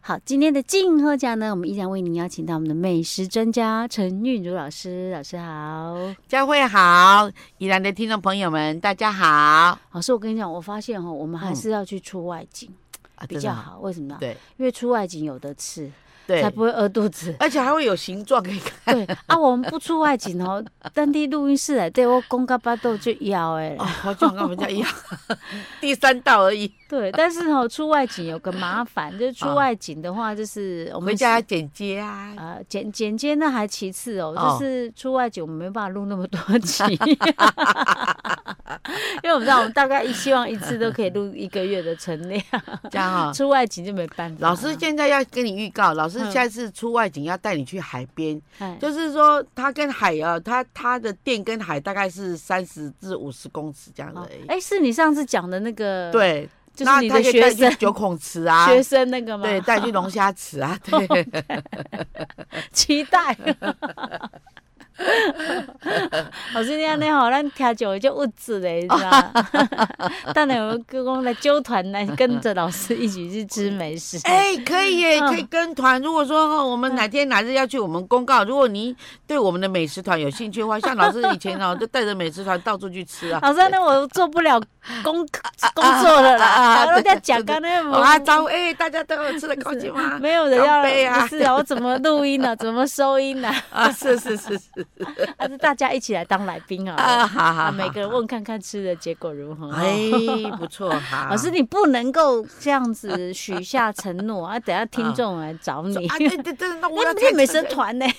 好，今天的静喝家呢，我们依然为您邀请到我们的美食专家陈韵如老师。老师好。 佳慧好，宜兰的听众朋友们大家好。 老师，我跟你讲，我发现我们还是要去出外景，比较好。为什么呢？ 对， 因为出外景有得吃。 对， 才不会饿肚子， 而且还会有形状可以看。 对啊，我们不出外景当地录音室来对我讲到巴肚就要我就跟我们家一样，第3道而已。 对，但是出外景有个麻烦，就是出外景的话，就是我们回家要剪接啊， 剪接那还其次就是出外景我们没办法录那么多集，因为我们知道我们大概希望一次都可以录1个月的存量， 这样出外景就没办法。 老师现在要跟你预告，老师下次出外景要带你去海边，就是说他跟海他的店跟海大概是30至50公尺这样的。 是你上次讲的那个？ 对。 就是你的学生 9孔池啊， 学生那个吗？ 对，带去龙虾池啊，对， 期待。老师，你安尼咱听久就物质嘞，是吧？当然，我们跟我来揪团来跟着老师一起去吃美食。 可以耶，可以跟团。如果说我们哪天哪日要去，我们公告。如果你对我们的美食团有兴趣的话，像老师以前就带着美食团到处去吃啊。 老师，那我做不了工作了啦。人家讲刚才招大家都有吃的高兴吗？ 没有人要不是啊，我怎么录音呢？怎么收音呢？ 是。 还是大家一起来当来宾好，每个人问看看吃的结果如何。 不错。好， 老师你不能够这样子许下承诺啊！等下听众来找你。 那我要美食团呢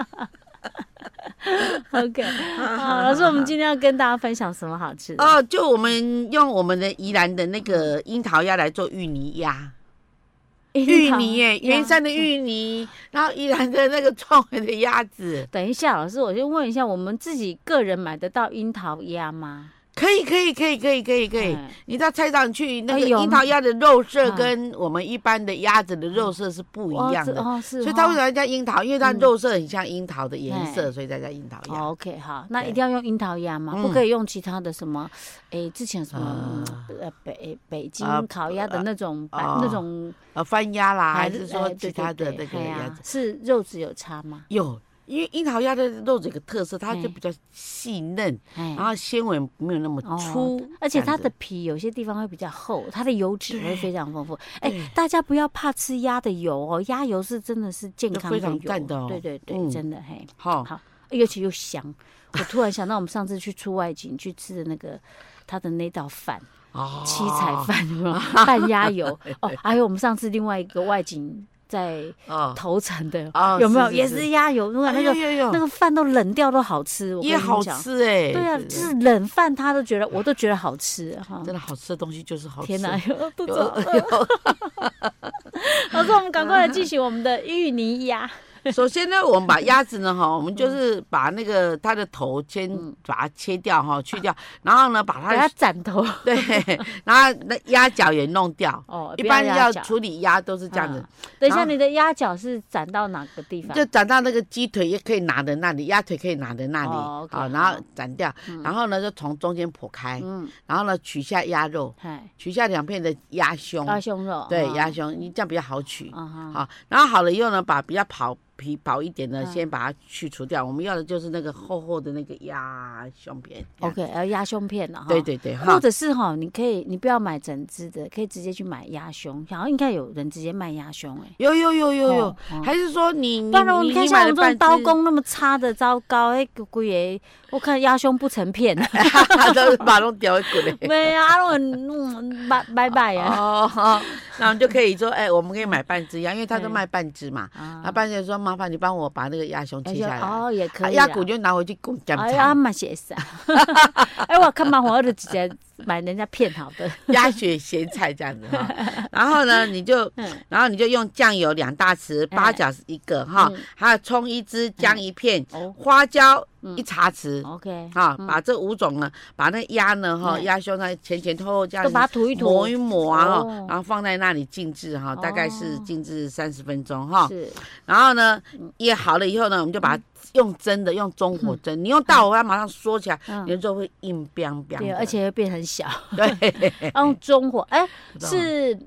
？OK， 好，老师，我们今天要跟大家分享什么好吃的？ 就我们用我们的宜兰的那个樱桃鸭来做芋泥鸭。芋泥耶，圆山的芋泥，然后宜兰的那个创维的鸭子。 等一下，老师，我先问一下，我们自己个人买得到樱桃鸭吗？ 可以。你到菜场去，那个樱桃鸭的肉色跟我们一般的鸭子的肉色是不一样的，所以它为什么叫樱桃？因为它肉色很像樱桃的颜色，所以才叫樱桃鸭。 OK， 好，那一定要用樱桃鸭吗？不可以用其他的什么？之前什么北京烤鸭的那种番鸭啦，还是说其他的那个鸭子？ 是肉质有差吗？ 有。因为樱桃鸭的肉质有个特色，它就比较细嫩，然后纤维没有那么粗， 而且它的皮有些地方会比较厚，它的油脂会非常丰富。大家不要怕吃鸭的油鸭油是真的是健康的油，非常淡的对，真的好，尤其又香。我突然想到我们上次去出外景去吃的那个他的那道饭。七彩饭有没有拌鸭油？还有我们上次另外一个外景。在头城的有没有也是鸭油？那个饭都冷掉都好吃， 也好吃对啊，就是冷饭我都觉得好吃真的好吃的东西就是好吃。 天哪，肚子饿。老师，我们赶快来进行我们的芋泥鸭。 首先呢，我们把鸭子呢，我们就是把那个它的头先把它切掉去掉，然后呢，把它斩头， 对，然后那鸭脚也弄掉。一般要处理鸭都是这样子。 等一下，你的鸭脚是斩到哪个地方？ 就斩到那个鸡腿也可以拿的那里，鸭腿可以拿的那里。然后斩掉，然后呢就从中间剖开，然后呢取下鸭肉，取下2片的鸭胸。 鸭胸肉， 对，鸭胸，你这样比较好取。好，然后好了以后呢，把比较皮薄一点的先把它去除掉，我们要的就是那个厚厚的那个鸭胸片。 OK， 要鸭胸片了。 对， 或者是你不要买整只的，可以直接去买鸭胸，然后应该有人直接卖鸭胸有，还是说你不然你看像我们这种刀工那么差的糟糕，贵我看鸭胸不成片， 都是把弄掉一滚嘞。 没啊，拜拜啊。 那我们就可以说，我们可以买半只鸭，因为他都卖半只嘛。那半只说麻烦你帮我把那个鸭胸切下来。 也可以。 鸭骨就拿回去滚酱菜。 蛮写实。我看麻烦我就直接买人家片好的鸭血咸菜这样子然后呢，你就用酱油2大匙，八角1个还有葱1支，姜1片，花椒1茶匙。 OK， 把这5种呢，把那鸭呢鸭胸呢前后后这样都把它涂一涂， 抹一抹然后放在那里静置大概是静置30分钟是。 然后呢也好了以后呢，我们就把它用蒸的，用中火蒸。你用大火它马上缩起来，你的肉会硬邦邦的， 对，而且会变很小。 对， 用中火，是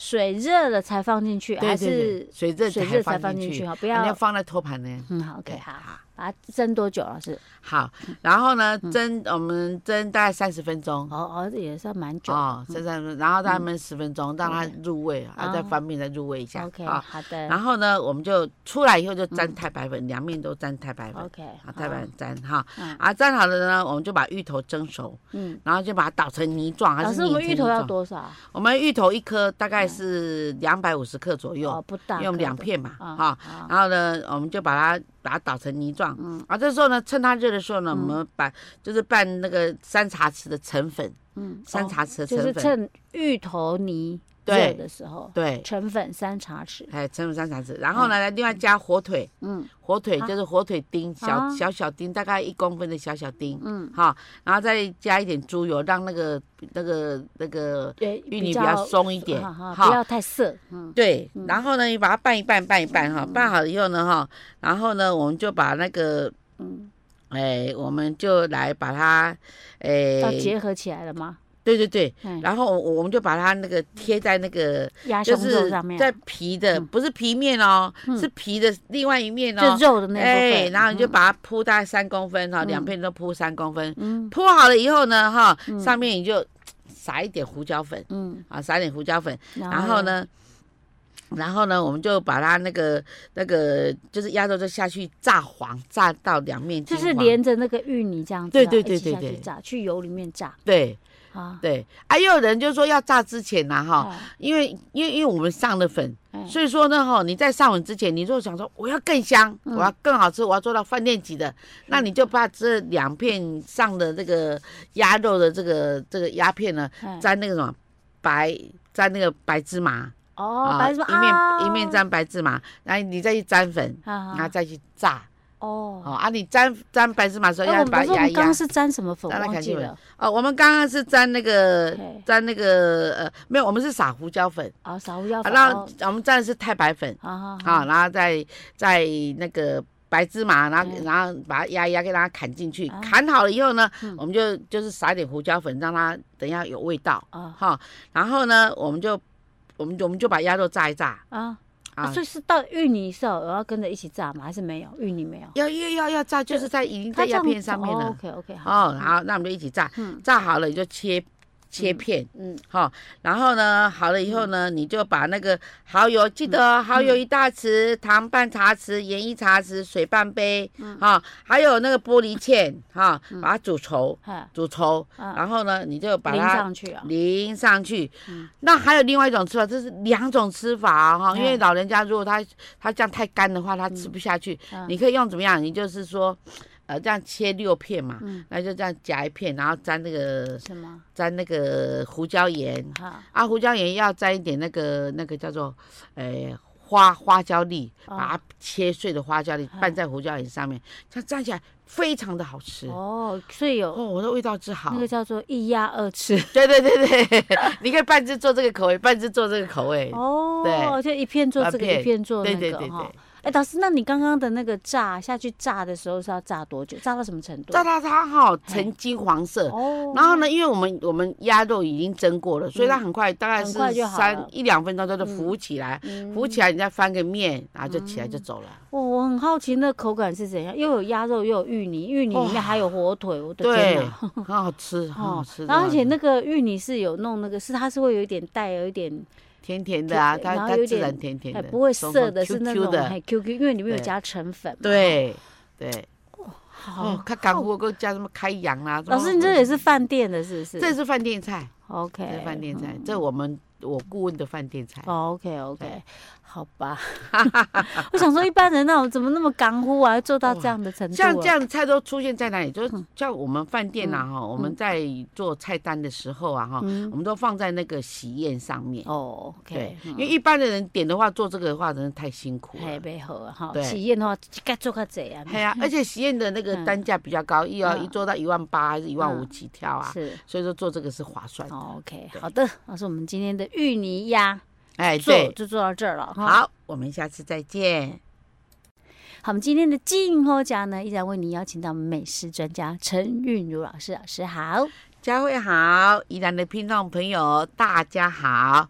水热了才放进去，还是水热才放进去？ 不要放在托盘呢。 好 ，OK， 好。把它蒸多久，老师？ 好，然后呢，我们蒸大概30分钟。 也算蛮久。 蒸30分钟，然后再焖10分钟，让它入味，再翻面再入味一下。 OK， 好的。 然后呢，我们就出来以后就沾太白粉，2面都沾太白粉。 OK， 太白粉沾哈。沾好了呢，我们就把芋头蒸熟。然后就把它捣成泥状，还是老师，我们芋头要多少？ 我们芋头1颗大概是250克左右。 不大。 因为我们2片嘛，哈。然后呢，我们就把它捣成泥状。这时候呢，趁它热的时候呢，我们就是拌那个3茶匙的澄粉。3茶匙的澄粉。 就是趁芋头泥热的时候。对。澄粉3茶匙。 澄粉3茶匙。然后呢，另外加火腿。火腿就是火腿丁，小丁，大概1公分的小丁。好，然后再加一点猪油，让那个芋泥比较松一点， 不要太涩。 对，然后呢，你把它拌一拌哈，拌好了以后呢，哈，然后呢，我们就把那个，我们就来把它， 要结合起来了吗？ 对，然后我们就把它那个贴在那个鸭胸肉上面， 在皮的，不是皮面哦，是皮的另外一面哦，就肉的那部分。 然后你就把它铺大概3公分哈，2片都铺3公分。铺好了以后呢，哈，上面你就撒一点胡椒粉。撒一点胡椒粉，然后呢，我们就把它那个就是鸭肉就下去炸黄，炸到2面金黄， 就是连着那个芋泥这样子，对，炸去油里面炸。 对。对，也有人就说要炸之前呐，哈，因为我们上了粉，所以说呢，哈，你在上粉之前，你如果想说我要更香，我要更好吃，我要做到饭店级的，那你就把这2片上的这个鸭肉的这个鸭片呢，沾那个什么沾那个白芝麻。 白芝麻一面沾白芝麻，然后你再去沾粉，然后再去炸。你沾白芝麻的时候要把它压一压。 我们刚刚是沾什么粉？忘记了。 我们刚刚是沾那个没有，我们是撒胡椒粉。 撒胡椒粉。 然后我们沾的是太白粉。然后再那个白芝麻，然后把它压一压，给它砍进去。砍好了以后呢，我们就是撒一点胡椒粉，让它等一下有味道。然后呢，我们就把鸭肉炸一炸。 所以是到芋泥时候，我要跟着一起炸吗？还是没有？芋泥没有？ 要炸，就是已经在鸭片上面了。 OK， 好。 好，那我们就一起炸。炸好了你就切片。然后呢，好了以后呢，你就把那个蚝油，记得蚝油1大匙，糖半茶匙，盐1茶匙，水半杯。还有那个玻璃芡，把它煮稠。然后呢，你就把它淋上去。那还有另外一种吃法，这是2种吃法哈。因为老人家如果他这样太干的话，他吃不下去。你可以用怎么样？你就是说。这样切6片嘛，那就这样夹1片，然后沾那个什么？沾那个胡椒盐。胡椒盐要沾一点那个叫做，花椒粒，把它切碎的花椒粒拌在胡椒盐上面，这样蘸起来非常的好吃。 所以我的味道之好。 那个叫做1鸭2吃。 对，你可以半只做这个口味，半只做这个口味。 对，就一片做这个，一片做那个。对。老师，那你刚刚的那个下去炸的时候是要炸多久？炸到什么程度？ 炸到它呈金黄色。然后呢，因为我们鸭肉已经蒸过了，所以它很快，大概是1-2分钟就浮起来。浮起来，你再翻个面，然后就起来就走了。 我很好奇那口感是怎样，又有鸭肉又有芋泥，芋泥里面还有火腿，我的天哪， 很好吃，很好吃。 然后而且那个芋泥是有弄那个，它是会有一点带有一点。 甜甜的它自然甜甜的， 不会涩的，是那种很 QQ， 因为里面有加澄粉。 对。它干货给我加什么开洋啦。 老师，你这也是饭店的，是不是？ 这是饭店菜。 OK， 这是饭店菜，这我顾问的饭店菜。 OK， 好吧。我想说，一般人那种怎么那么干乎啊，做到这样的程度？ 像这样的菜都出现在哪里？就是像我们饭店啊，我们在做菜单的时候啊，我们都放在那个喜宴上面。 OK， 因为一般的人点的话，做这个的话，真的太辛苦了。 没好哈。喜宴的话，该做个这样。 而且喜宴的那个单价比较高，一做到18000还是15000起跳啊。是，所以说做这个是划算的。 OK， 好的，那是我们今天的芋泥鸭。 对， 就做到这儿了。 好，我们下次再见。 好，我们今天的静候家呢，依然为您邀请到美食专家陈韵如老师。老师好， 佳慧好，宜兰的听众朋友大家好。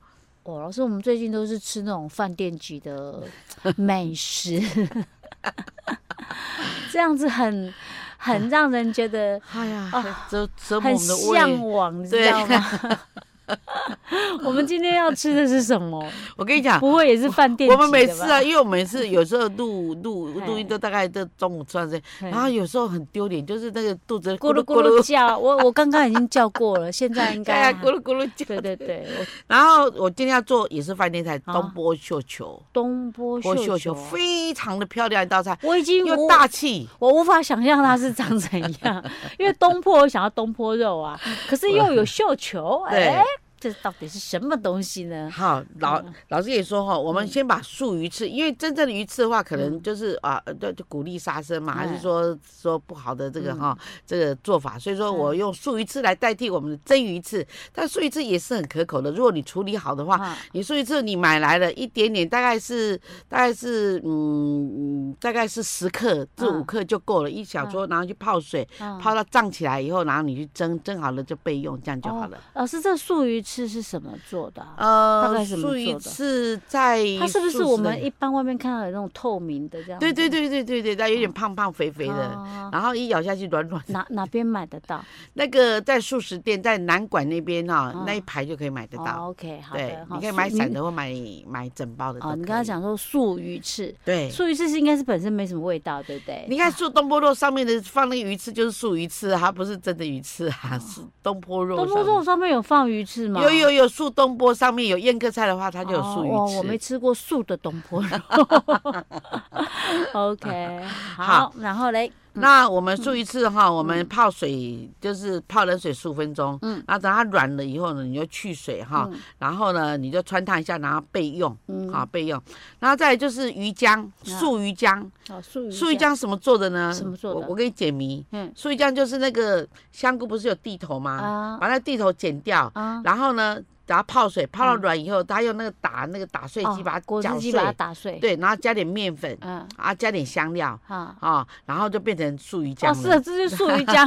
哦，老师，我们最近都是吃那种饭店级的美食，这样子很让人觉得， 哎呀，折磨很我们的胃， 向往，你知道吗？我们今天要吃的是什么？ 我跟你讲， 不会也是饭店级的吧？ 我们每次啊，因为我们每次有时候录音都大概都中午吃完这，然后有时候很丢脸，就是那个肚子咕噜咕噜叫。我刚刚已经叫过了，现在应该咕噜咕噜叫。 对。 然后我今天要做也是饭店菜，东坡绣球。 东坡绣球非常的漂亮一道菜， 我已经又大气， 我无法想象它是长怎样，因为东坡我想要东坡肉啊，可是又有绣球，这到底是什么东西呢？ 好，老师也说哈，我们先把素鱼翅，因为真正的鱼翅的话，可能就是就鼓励杀生嘛，还是说不好的这个这个做法，所以说我用素鱼翅来代替我们的蒸鱼翅，但素鱼翅也是很可口的。如果你处理好的话，你素鱼翅你买来了一点点，大概是10克至5克就够了，一小撮，然后去泡水，泡到胀起来以后，然后你去蒸好了就备用，这样就好了。 老师，这素鱼翅是什么做的？大概什么做的？素鱼翅它是不是我们一般外面看到的那种透明的这样？ 对，它有点胖肥的，然后一咬下去软软。 哪边买得到？ 那个在素食店，在南馆那边那一排就可以买得到。 OK， 好的。 对，你可以买散的或买整包的。 哦，你刚刚讲说素鱼翅， 对， 素鱼翅应该是本身没什么味道，对不对？ 你看东坡肉上面的放那个鱼翅就是素鱼翅，它不是真的鱼翅啊，是东坡肉。 东坡肉上面有放鱼翅吗？ 有素东坡，上面有宴客菜的话，它就有素鱼翅。 我没吃过素的东坡肉。OK， 好，然后嘞。 那我们素鱼翅我们泡水就是泡冷水15分钟，然后等它软了以后呢，你就去水然后呢你就汆烫一下，然后备用，备用。然后再来就是鱼浆，素鱼浆。素鱼浆什么做的呢？ 什么做的？ 我给你解谜。素鱼浆就是那个香菇不是有地头吗？把那地头剪掉，然后呢，把它泡水，泡到软以后，他用那个打碎机把它搅碎， 把它打碎， 对，然后加点面粉，加点香料，然后就变成素鱼浆了。 是的，这就是素鱼浆。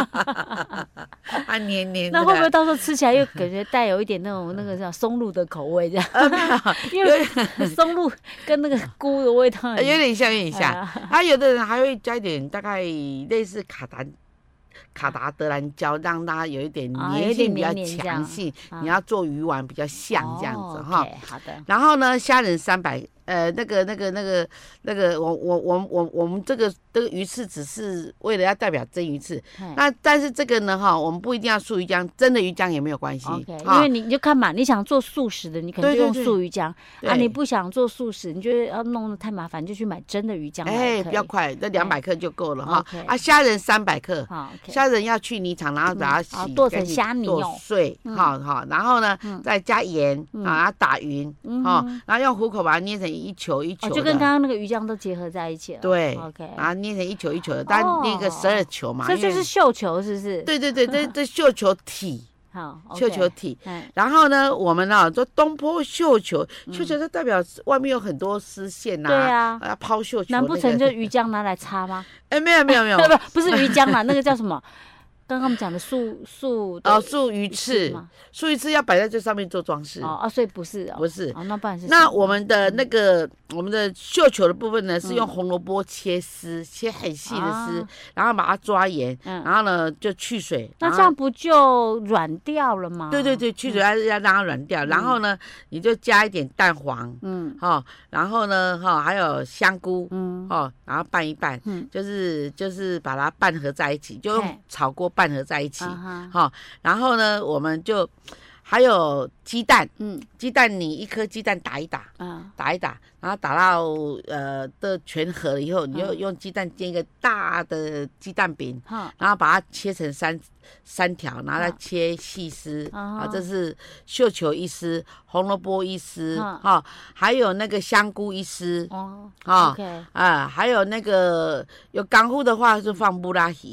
黏黏的。 那会不会到时候吃起来又感觉带有一点那个叫松露的口味这样？因为松露跟那个菇的味道有点像。他有的人还会加一点大概类似卡达德兰胶，让它有一点粘性比较强性，你要做鱼丸比较像这样子好的。 然后呢，虾仁300，那个我们这个鱼翅只是为了要代表蒸鱼翅，那但是这个呢我们不一定要素鱼浆，真的鱼浆也没有关系。 因为你就看嘛，你想做素食的，你可能就用素鱼浆啊；你不想做素食，你觉得要弄得太麻烦，就去买真的鱼浆。 比较快，这200克就够了虾仁300克，虾仁要去泥肠，然后把它洗剁成虾泥剁碎，然后呢再加盐然后打匀，然后用虎口把它捏成一球一球的， 就跟刚刚那个鱼浆都结合在一起了。 对 ，OK， 然后捏成一球一球的，但捏个12球嘛， 所以就是绣球，是不是？ 对，这绣球体。 好， 绣球体，然后呢，我们做东坡绣球，绣球就代表外面有很多丝线对啊， 要抛绣球， 难不成就鱼浆拿来擦吗？ 没有， 不是鱼浆啦，那个叫什么？刚刚我们讲的素鱼翅，素鱼翅要摆在这上面做装饰所以不是不是那不然是那我们的我们的绣球的部分呢，是用红萝卜切很细的丝，然后把它抓盐，然后呢就去水， 那这样不就软掉了吗？ 对，去水要让它软掉，然后呢你就加一点蛋黄，然后呢还有香菇，然后拌一拌，就是把它拌合在一起，就用炒锅拌合在一起，然后呢我们就还有鸡蛋，鸡蛋你一颗鸡蛋打一打，然后打到的全合了以后，你就用鸡蛋煎一个大的鸡蛋饼，然后把它切成三条，然后再切细丝，这是绣球1丝，红萝卜1丝，还有那个香菇1丝，还有那个有港户的话就放布拉鱼啦。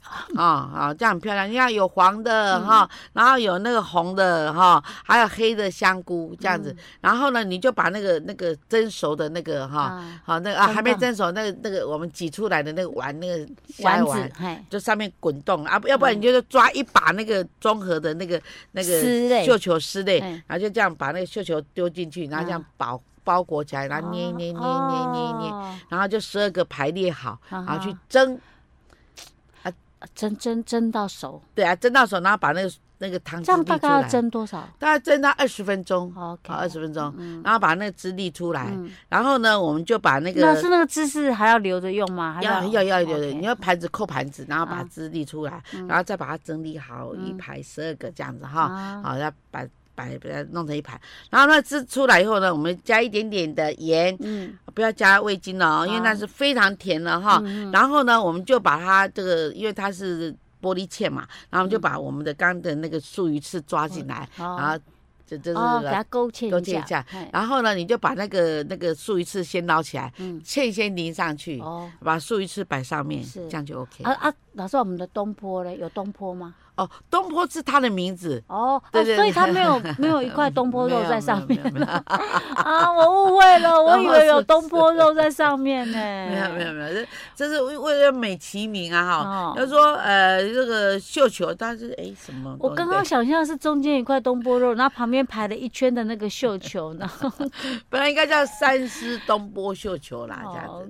这样很漂亮。你看有黄的哈，然后有那个红的哈，还有黑的香菇这样子。然后呢，你就把那个蒸熟的那个哈，好那个还没蒸熟那个我们挤出来的那个丸那个丸子， 就上面滚动啊，要不然你就抓一把那个综合的那个绣球丝类，然后就这样把那个绣球丢进去，然后这样包裹起来，然后捏，然后就12个排列好，然后去蒸。 蒸到熟， 对啊，蒸到熟，然后把那个汤汁沥出来。这样大概要蒸多少？ 大概蒸到20分钟。OK， 20分钟，然后把那个汁沥出来，然后呢，我们就把那个。 那是那个汁是还要留着用吗？ 要留着，你要扣盘子，然后把汁沥出来，然后再把它整理好，一排12个这样子哈，好，要把它弄成一排，然后那汁出来以后呢，我们加一点点的盐，不要加味精了因为那是非常甜了哈。然后呢，我们就把它这个，因为它是玻璃芡嘛，然后我们就把我们的刚的那个素鱼翅抓进来，然后就是给它勾芡一下， 然后呢，你就把那个素鱼翅先捞起来，芡先淋上去，把素鱼翅摆上面，这样就 OK。 老师，我们的东坡呢？有东坡吗？ 东坡是他的名字对，所以他没有一块东坡肉在上面我误会了，我以为有东坡肉在上面呢。 没有，这是为了美其名啊要说这个绣球，但是什么？ 我刚刚想象是中间一块东坡肉，然后旁边排了一圈的那个绣球，然后本来应该叫三丝东坡绣球啦，这样子。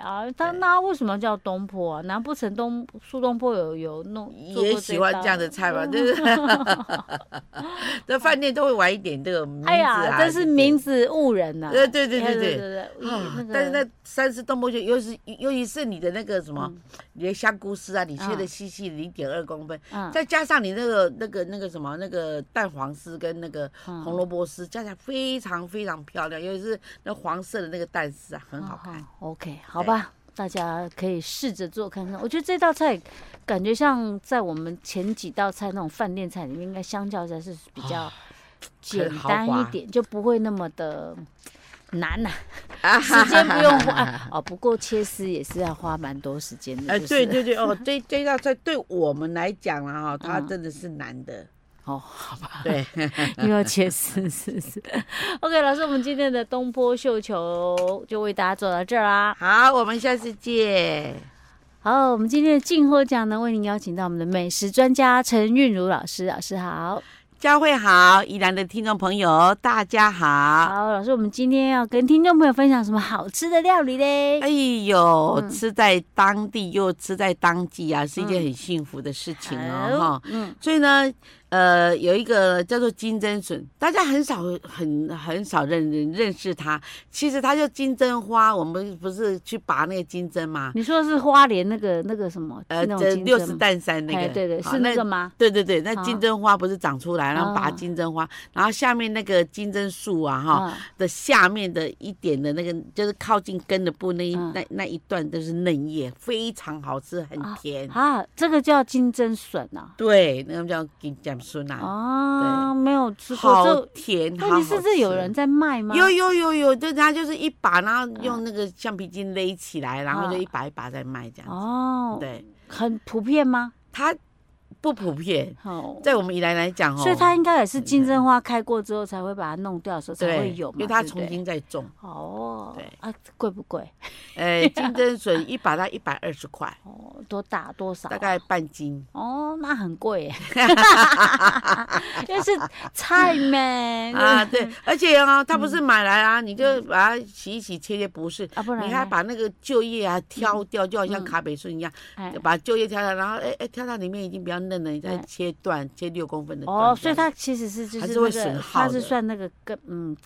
OK 那为什么叫东坡啊？难不成苏东坡有弄也喜欢这样的菜吧？就是这饭店都会玩一点这个名字这是名字误人呐。 对。但是那三丝东坡绣，尤其是你的那个什么，你的香菇丝啊，你切的细细0.2公分，再加上你那个什么那个蛋黄丝跟那个红萝卜丝，加起来非常非常漂亮，尤其是那黄色的那个蛋丝很好看。 OK， 好吧。大家可以试着做看看，我觉得这道菜感觉像在我们前几道菜那种饭店菜里面，应该相较起来是比较简单一点，就不会那么的难时间不用花不过切丝也是要花蛮多时间的。 对这道菜对我们来讲它真的是难的。 好吧， 对， 又要切丝是。OK， 老师，我们今天的东坡绣球就为大家做到这儿啦。 好，我们下次见。 好，我们今天的静候奖呢，为您邀请到我们的美食专家陈韵如老师，老师好。 佳慧好，宜兰的听众朋友大家好。 好，老师，我们今天要跟听众朋友分享什么好吃的料理嘞？ 吃在当地又吃在当季是一件很幸福的事情所以呢有一个叫做金针笋，大家很少认识它。其实它就金针花，我们不是去拔那个金针吗？ 你说是花莲那个什么？ 这60担山那个， 对，是那个吗？ 对，那金针花不是长出来，然后拔金针花，然后下面那个金针树的下面的一点的那个，就是靠近根的部那一段都是嫩叶，非常好吃，很甜这个叫金针笋对，那个叫金针笋对， 没有吃过， 好甜， 好吃。是有人在卖吗？ 有，对，它就是一把，然后用那个橡皮筋勒起来，然后就一把一把在卖这样子。对， 很普遍吗？ 它不普遍，在我们宜兰来讲所以它应该也是金针花开过之后才会把它弄掉的时候才会有嘛， 因为它重新再种。 对贵不贵？ 金针笋一把它120块。 多大多少？ 大概半斤。 那很贵耶。因为是菜咩对，而且它不是买来你就把它洗一洗切不是，你还把那个旧叶挑掉，就好像卡北笋一样，把旧叶挑掉，然后挑到里面已经比较嫩了，你再切断，切6公分的段。 所以它其实是就是会损耗的， 它是算那个根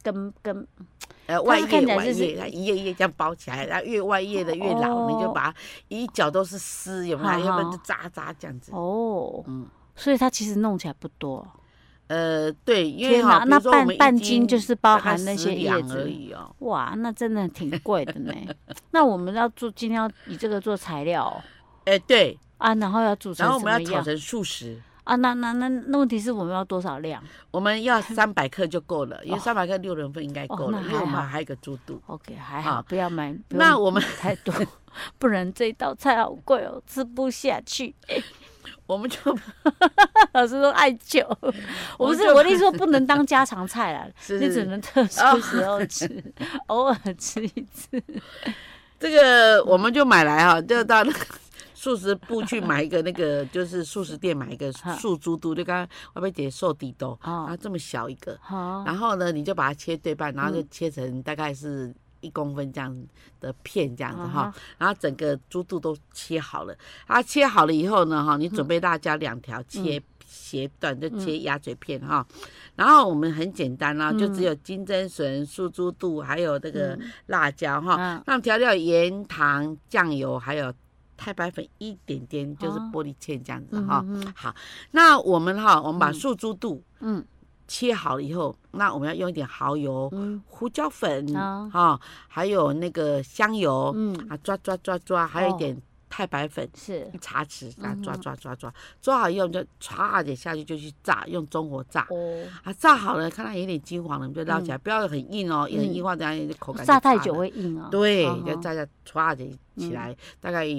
外叶，它一叶一叶这样包起来，然后越外叶的越老，你就把它一角都是丝，有没有？要不然就渣这样子。 所以它其实弄起来不多。 对，因为那半斤就是包含那些叶子而已哇，那真的挺贵的呢。那我们今天要以这个做材料。 对然后要煮成什么样？ 然后我们要炒成素食。 啊，那问题是我们要多少量？ 我们要300克就够了，因为300克6人份应该够了，因为我们还有个猪肚。 OK， 还好，不要买。 那我们太多，不然这道菜好贵哦，吃不下去。 我们就老师说爱酒，我的意思说不能当家常菜啦，你只能特殊时候吃，偶尔吃一次。 这个我们就买来哈，就到那个素食部去买一个那个，就是素食店买一个素猪肚，就刚刚外面写瘦底豆，然后这么小一个，然后呢你就把它切对半，然后就切成大概是1公分这样的片这样子哈，然后整个猪肚都切好了，然后切好了以后呢哈，你准备辣椒2条切斜段，就切鸭嘴片哈，然后我们很简单啦，就只有金针笋、素猪肚还有这个辣椒哈，那调料盐、糖、酱油还有太白粉一点点，就是玻璃芡这样子哈。好，那我们把素猪肚切好了以后，那我们要用一点蚝油、胡椒粉还有那个香油抓，还有一点太白粉是1茶匙，抓好以后我们就唰点下去就去炸，用中火炸。炸好了，看它有点金黄了，我们就捞起来，不要很硬哦，很硬的话这样口感炸太久会硬哦。 对，就炸唰点起来，大概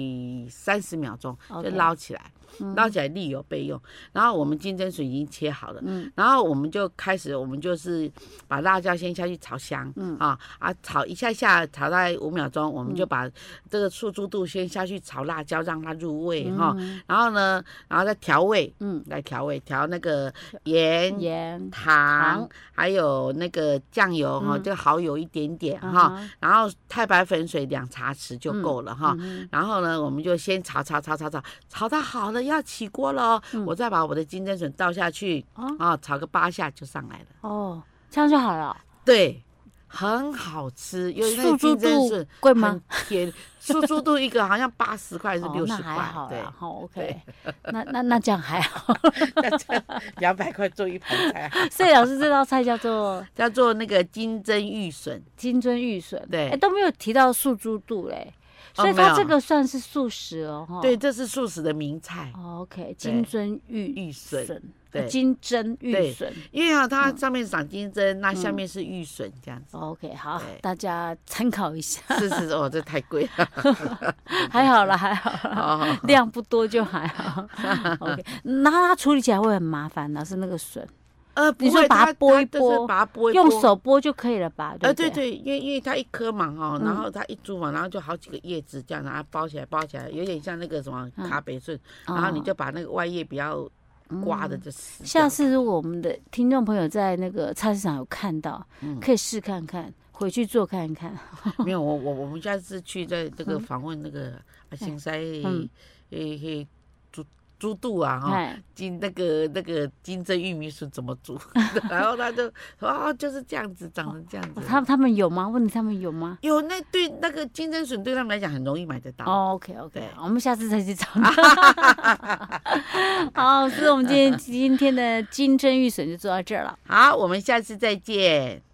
30秒钟就捞起来。捞起来沥油备用，然后我们金针笋已经切好了，然后我们就开始，我们就是把辣椒先下去炒香，炒一下，炒大概5秒钟，我们就把这个素猪肚先下去炒辣椒，让它入味哈，然后呢，再调味，来调那个盐、糖，还有那个酱油哈，这个蚝油一点点哈，然后太白粉水2茶匙就够了哈，然后呢，我们就先炒到好了。要起锅了我再把我的金针笋倒下去炒个8下就上来了。 哦，这样就好了。 对，很好吃。因为那个金针笋贵吗？ 甜，素猪肚一个好像80块还是60块。那还好对， 好 OK。那这样还好。 那这样200块做一盘菜。 所以老师这道菜叫做那个金针玉笋。 金针玉笋， 对， 都没有提到素猪肚嘞。所以它这个算是素食哦， 对，这是素食的名菜。 OK， 金针玉笋， 对， 金针玉笋， 因为它上面长金针，那下面是玉笋这样子。 OK， 好，大家参考一下。 是，这太贵了。 还好啦，量不多就还好。OK， 那它处理起来会很麻烦的，是那个笋。你说把它剥一剥，用手剥就可以了吧？ 对，因为它一颗嘛然后它一株嘛，然后就好几个叶子这样，然后包起来，有点像那个什么卡北笋，然后你就把那个外叶比较刮的就死。 下次如果我们的听众朋友在那个菜市场有看到，可以试看看，回去做看看。 没有，我们下次去在这个访问那个新塞猪肚啊那个金针玉米笋怎么煮？然后他就说就是这样子，长成这样子。 他们有吗？问你他们有吗？ 有，对那个金针笋对他们来讲很容易买得到。 OK， 我们下次再去找你。好，所以我们今天的金针玉笋就做到这儿了。 好，我们下次再见。